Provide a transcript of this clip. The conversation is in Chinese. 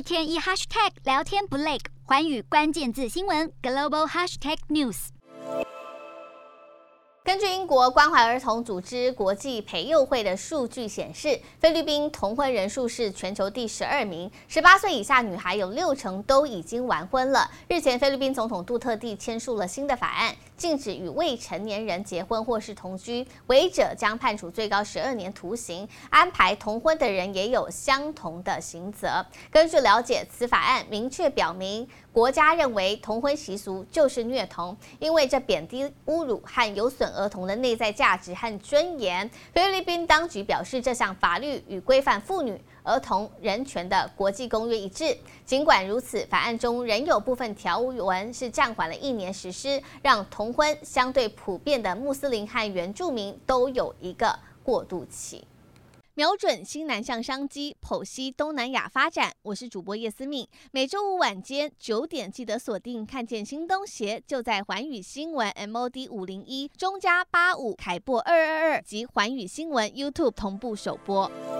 天一 hashtag 聊天不累，寰宇关键字新闻 global hashtag news。 根据英国关怀儿童组织国际培幼会的数据显示，菲律宾同婚人数是全球第12名，18岁以下女孩有60%都已经完婚了。日前，菲律宾总统杜特地签署了新的法案，禁止与未成年人结婚或是同居，违者将判处最高12年徒刑，安排同婚的人也有相同的刑责。根据了解，此法案明确表明，国家认为同婚习俗就是虐童，因为这贬低、侮辱和有损儿童的内在价值和尊严。菲律宾当局表示，这项法律与规范妇女、儿童人权的国际公约一致。尽管如此，法案中仍有部分条文是暂缓了1年实施，让同婚相对普遍的穆斯林和原住民都有一个过渡期。瞄准新南向商机，剖析东南亚发展。我是主播叶思敏，每周五晚间9点记得锁定，看见新东协就在寰宇新闻 MOD 501中加85凯播222及寰宇新闻 YouTube 同步首播。